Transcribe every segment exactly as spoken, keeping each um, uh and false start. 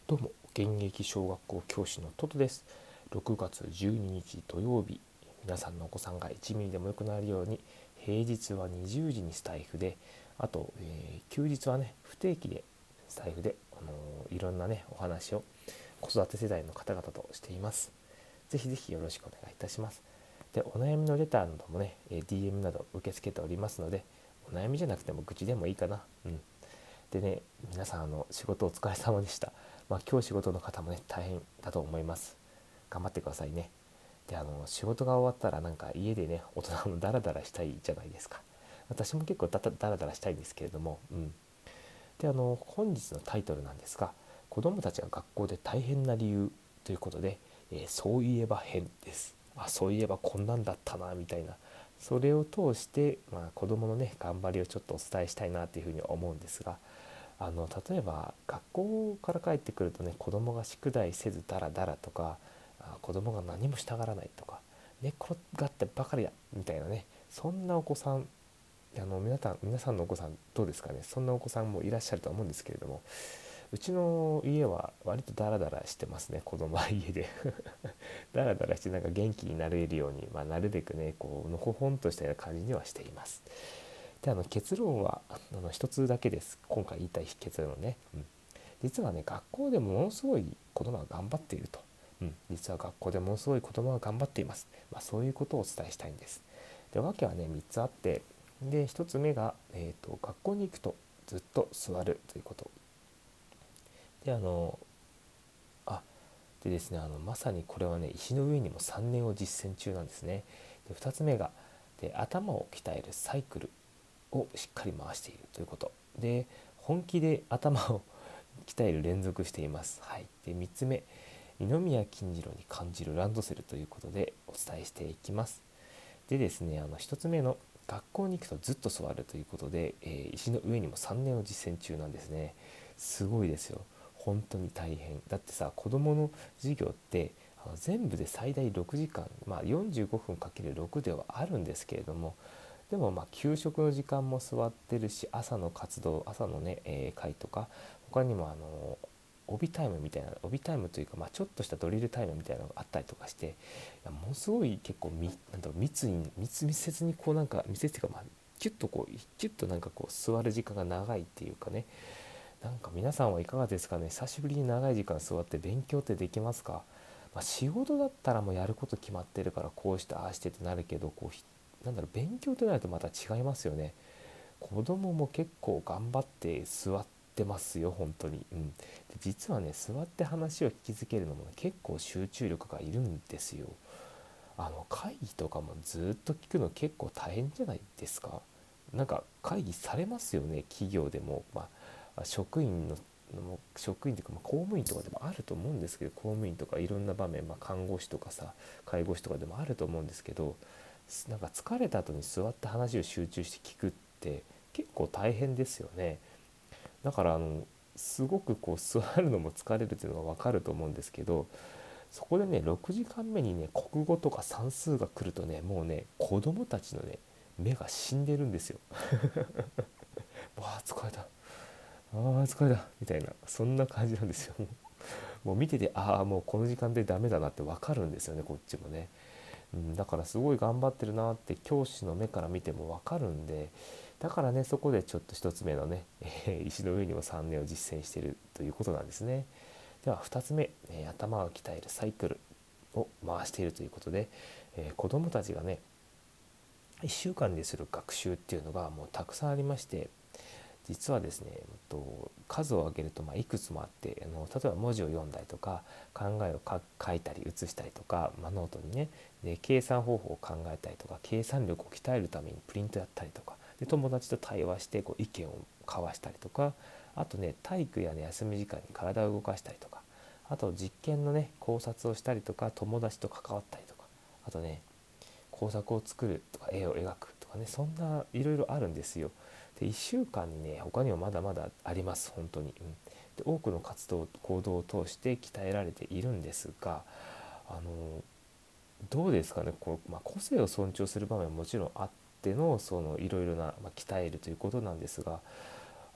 どうも現役小学校教師のトトです。ろくがつじゅうににち土曜日、皆さんのお子さんがいちミリでも良くなるように、平日はにじゅうじにスタイフで、あと、えー休日はね不定期でスタイフで、あのーいろんなねお話を子育て世代の方々としています。ぜひぜひよろしくお願いいたします。で、お悩みのレターなどもね、えー ディーエム など受け付けておりますので、お悩みじゃなくても愚痴でもいいかな。うんでね、皆さんあの仕事お疲れ様でした。まあ、今日仕事の方もね大変だと思います。頑張ってくださいね。で、あの仕事が終わったらなんか家でね大人もダラダラしたいじゃないですか。私も結構ダダラダラしたいんですけれども、うん。で、あの本日のタイトルなんですが、子どもたちが学校で大変な理由ということで、えーそういえば変です。あ、そういえばこんなんだったなみたいな、それを通して、まあ、子どものね頑張りをちょっとお伝えしたいなというふうに思うんですが、あの例えば学校から帰ってくるとね、子供が宿題せずダラダラとか、あ子供が何もしたがらないとか、寝っ転がってばかりだみたいなね、そんなお子さん、あの皆さん皆さんのお子さんどうですかね。そんなお子さんもいらっしゃると思うんですけれども、うちの家は割とダラダラしてますね。子供は家でダラダラしてなんか元気になれるように、まあ、なるべくねこうのほほんとしたような感じにはしています。で、あの結論はあの一つだけです。今回言いたい結論ね、うん、実はね学校でものすごい子供が頑張っていると、うん、実は学校でものすごい子供が頑張っています、まあ、そういうことをお伝えしたいんです。で、訳はねみっつあって、でひとつめが、えーと、学校に行くとずっと座るということで、あのあでですねあのまさにこれはね石の上にもさんねんを実践中なんですね。で、ふたつめがで頭を鍛えるサイクルをしっかり回しているということで、本気で頭を鍛える連続しています。はい、でみっつめ、二宮金次郎に感じるランドセルということでお伝えしていきます。でですね、あのひとつめの学校に行くとずっと座るということで、えー石の上にもさんねんを実践中なんですね。すごいですよ。本当に大変だってさ、子どもの授業ってあの全部で最大ろくじかん、まあ、よんじゅうごふん ×ろく ではあるんですけれども、でもまあ給食の時間も座ってるし、朝の活動、朝のね、えー会とか、他にもあの帯タイムみたいな、帯タイムというか、まあ、ちょっとしたドリルタイムみたいなのがあったりとかして、いやものすごい結構みなんだろう密に密密接にこうなんか密接っていうか、まあキュッとこうキュッとなんかこう座る時間が長いっていうかね。なんか皆さんはいかがですかね。久しぶりに長い時間座って勉強ってできますか？まあ、仕事だったらもうやること決まってるからこうしてああしてってなるけど、こうひなんだろう、勉強ってなるとまた違いますよね。子供も結構頑張って座ってますよ本当に、うん、で実はね座って話を聞きつけるのも結構集中力がいるんですよ。あの会議とかもずっと聞くの結構大変じゃないですか。なんか会議されますよね、企業でも、まあ、職員の職員というか、まあ、公務員とかでもあると思うんですけど、公務員とかいろんな場面、まあ、看護師とかさ介護士とかでもあると思うんですけど、なんか疲れた後に座って話を集中して聞くって結構大変ですよね。だからあのすごくこう座るのも疲れるっていうのが分かると思うんですけど、そこでねろくじかんめにね国語とか算数が来るとね、もうね子供たちのね目が死んでるんですよ。わあ疲れた、ああ疲れたみたいな、そんな感じなんですよ。もう見てて、ああもうこの時間でダメだなって分かるんですよね、こっちもね。うん、だからすごい頑張ってるなって教師の目から見ても分かるんで、だからねそこでちょっと一つ目のね、えー石の上にもさんねんを実践しているということなんですね。ではふたつめ、えー頭を鍛えるサイクルを回しているということで、えー子どもたちがねいっしゅうかんでする学習っていうのがもうたくさんありまして、実はですね、えっと、数を挙げるとまあいくつもあって、あの例えば文字を読んだりとか考えをか書いたり写したりとか、まあ、ノートにね、で計算方法を考えたりとか計算力を鍛えるためにプリントやったりとかで、友達と対話してこう意見を交わしたりとか、あとね体育や、ね、休み時間に体を動かしたりとか、あと実験のね考察をしたりとか、友達と関わったりとか、あとね工作を作るとか絵を描くとかね、そんないろいろあるんですよ。でいっしゅうかんにね他にもまだまだあります本当に、うん、で多くの活動行動を通して鍛えられているんですが、あのどうですかね、こう、まあ、個性を尊重する場面はもちろんあってのそのいろいろな、まあ、鍛えるということなんですが、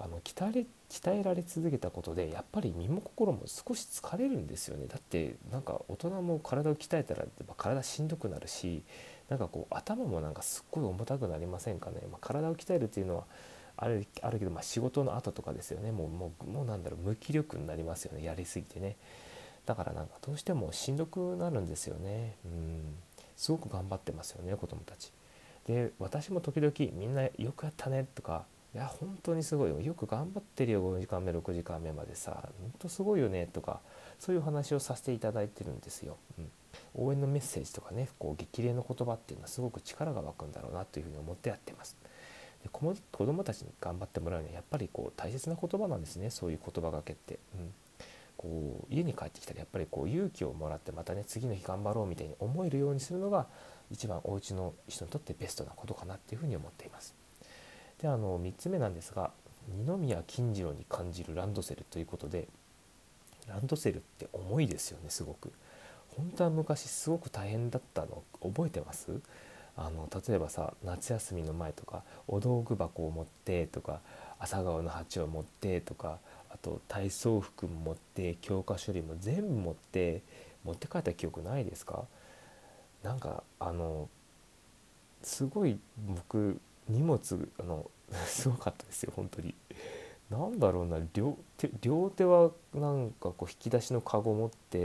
あの鍛えれ、鍛えられ続けたことでやっぱり身も心も少し疲れるんですよね。だってなんか大人も体を鍛えたらやっぱ体しんどくなるし、なんかこう頭もなんかすっごい重たくなりませんかね。まあ、体を鍛えるっていうのはある、あるけど、まあ、仕事の後とかですよね。もう、もう、もうなんだろう、無気力になりますよね、やりすぎてね。だからなんかどうしてもしんどくなるんですよね。うん、すごく頑張ってますよね、子供たち。で、私も時々みんなよくやったねとか、いや本当にすごいよ、よく頑張ってるよ、ごじかんめろくじかんめまでさ、本当すごいよねとか、そういう話をさせていただいてるんですよ。うん、応援のメッセージとかね、こう激励の言葉っていうのはすごく力が湧くんだろうなというふうに思ってやってます。で、子どもたちに頑張ってもらうにはやっぱりこう大切な言葉なんですね、そういう言葉がけって。うん、こう家に帰ってきたらやっぱりこう勇気をもらってまたね次の日頑張ろうみたいに思えるようにするのが一番お家の人にとってベストなことかなっていうふうに思っています。で、あのみっつめなんですが、二宮金次郎に感じるランドセルということで、ランドセルって重いですよね、すごく。本当は昔すごく大変だったの覚えてます？あの例えばさ、夏休みの前とかお道具箱を持ってとか、朝顔の鉢を持ってとか、あと体操服も持って教科書類も全部持って持って帰った記憶ないですか？なんかあのすごい僕荷物あのすごかったですよ本当に。なんだろうな、両手、両手はなんかこう引き出しのカゴ持って、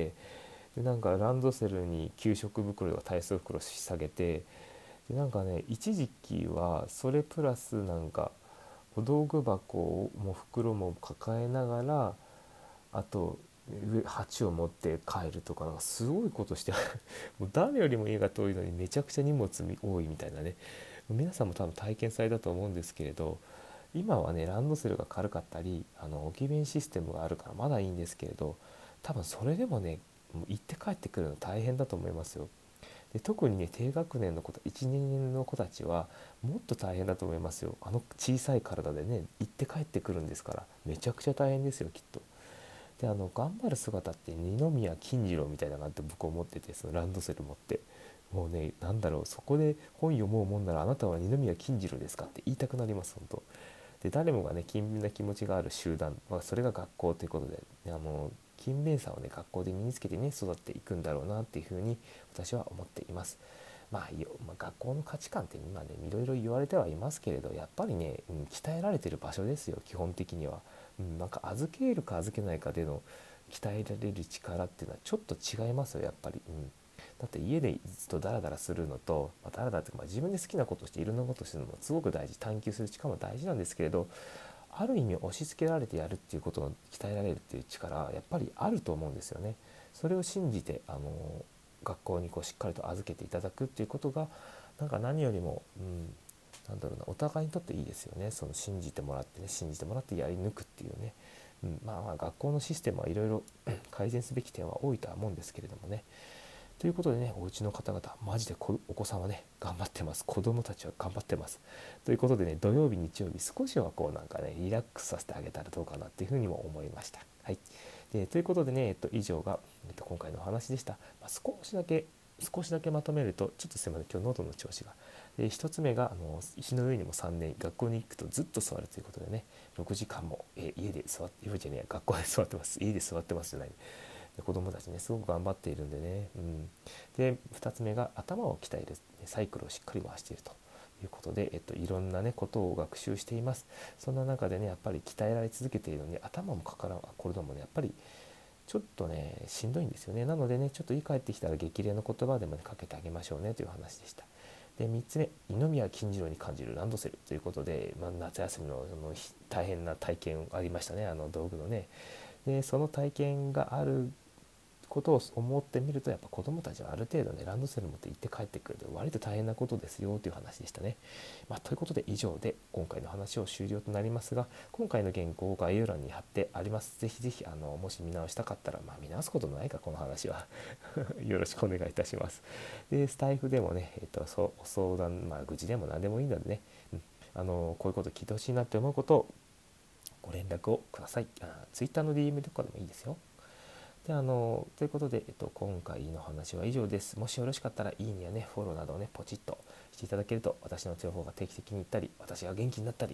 でなんかランドセルに給食袋とか体操袋下げて、でなんかね一時期はそれプラスなんかお道具箱も袋も抱えながら、あと上鉢を持って帰るとか、なんかすごいことしてもう誰よりも家が遠いのにめちゃくちゃ荷物多いみたいなね。皆さんも多分体験されたと思うんですけれど、今はねランドセルが軽かったりあの置き便システムがあるからまだいいんですけれど、多分それでもねもう行って帰ってくるの大変だと思いますよ。で特にね低学年の子、いち、にねんの子たちはもっと大変だと思いますよ。あの小さい体でね行って帰ってくるんですから、めちゃくちゃ大変ですよきっと。で、あの頑張る姿って二宮金次郎みたいなのがあって僕思ってて、そのランドセル持ってもうね、なんだろう、そこで本読もうもんならあなたは二宮金次郎ですかって言いたくなります、本当。で誰もがね勤勉な気持ちがある集団、まあ、それが学校ということで、ね、あの勤勉さをね学校で身につけてね育っていくんだろうなっていうふうに私は思っています。まあ、よまあ、学校の価値観って今ねいろいろ言われてはいますけれど、やっぱりね、うん、鍛えられてる場所ですよ基本的には。うん、なんか預けるか預けないかでの鍛えられる力っていうのはちょっと違いますよやっぱり。うん、だって家でずっとダラダラするのと、まあ、ダラダラっていうか、まあ、自分で好きなことをしていろんなことをするのもすごく大事、探求する力も大事なんですけれど、ある意味押し付けられてやるっていうことを鍛えられるっていう力はやっぱりあると思うんですよね。それを信じてあの学校にこうしっかりと預けていただくっていうことがなんか何よりも、うん、なんだろうな、お互いにとっていいですよね。その信じてもらってね、信じてもらってやり抜くっていうね。うん、まあまあ学校のシステムはいろいろ改善すべき点は多いとは思うんですけれどもね。ということでね、お家の方々マジでこお子さんはね頑張ってます、子供たちは頑張ってます。ということでね、土曜日日曜日少しはこうなんかねリラックスさせてあげたらどうかなっていうふうにも思いました。はい。でということでね、えっと、以上が、えっと、今回のお話でした。まあ、少しだけ少しだけまとめると、ちょっとすいません今日喉の調子が。でひとつめがあの石の上にもさんねん学校に行くとずっと座るということでね、ろくじかんもえ家で座って家じゃねえ学校で座ってます家で座ってますじゃない、で子供たちねすごく頑張っているんでね、うん、でふたつめが頭を鍛えるサイクルをしっかり回しているということで、えっと、いろんなねことを学習しています。そんな中でねやっぱり鍛えられ続けているのに頭もかからんこれでもねやっぱりちょっとねしんどいんですよね。なのでねちょっと言い換えてきたら激励の言葉でもねかけてあげましょうねという話でした。でみっつめ、二宮金次郎に感じるランドセルということで、まあ、夏休みのその大変な体験ありましたね、あの道具のね。でその体験があることを思ってみると、やっぱ子どもたちはある程度ねランドセル持って行って帰ってくると割と大変なことですよという話でしたね。まあ、ということで以上で今回の話を終了となりますが、今回の原稿を概要欄に貼ってあります。ぜひぜひあのもし見直したかったら、まあ、見直すことないかこの話はよろしくお願いいたします。でスタイフでもね、えっと、そ相談、まあ、愚痴でも何でもいいのでね、うん、あのこういうこと聞いてほしいなって思うことをご連絡をください。あ Twitter の ディーエム とかでもいいですよ。であのということで、えっと、今回の話は以上です。もしよろしかったらいいねやねフォローなどをねポチッとしていただけると、私の情報が定期的に行ったり私が元気になったり、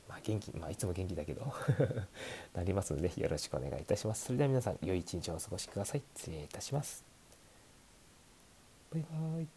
まあ元気、まあいつも元気だけどなりますので、よろしくお願いいたします。それでは皆さん良い一日をお過ごしください。失礼いたします。バイバーイ。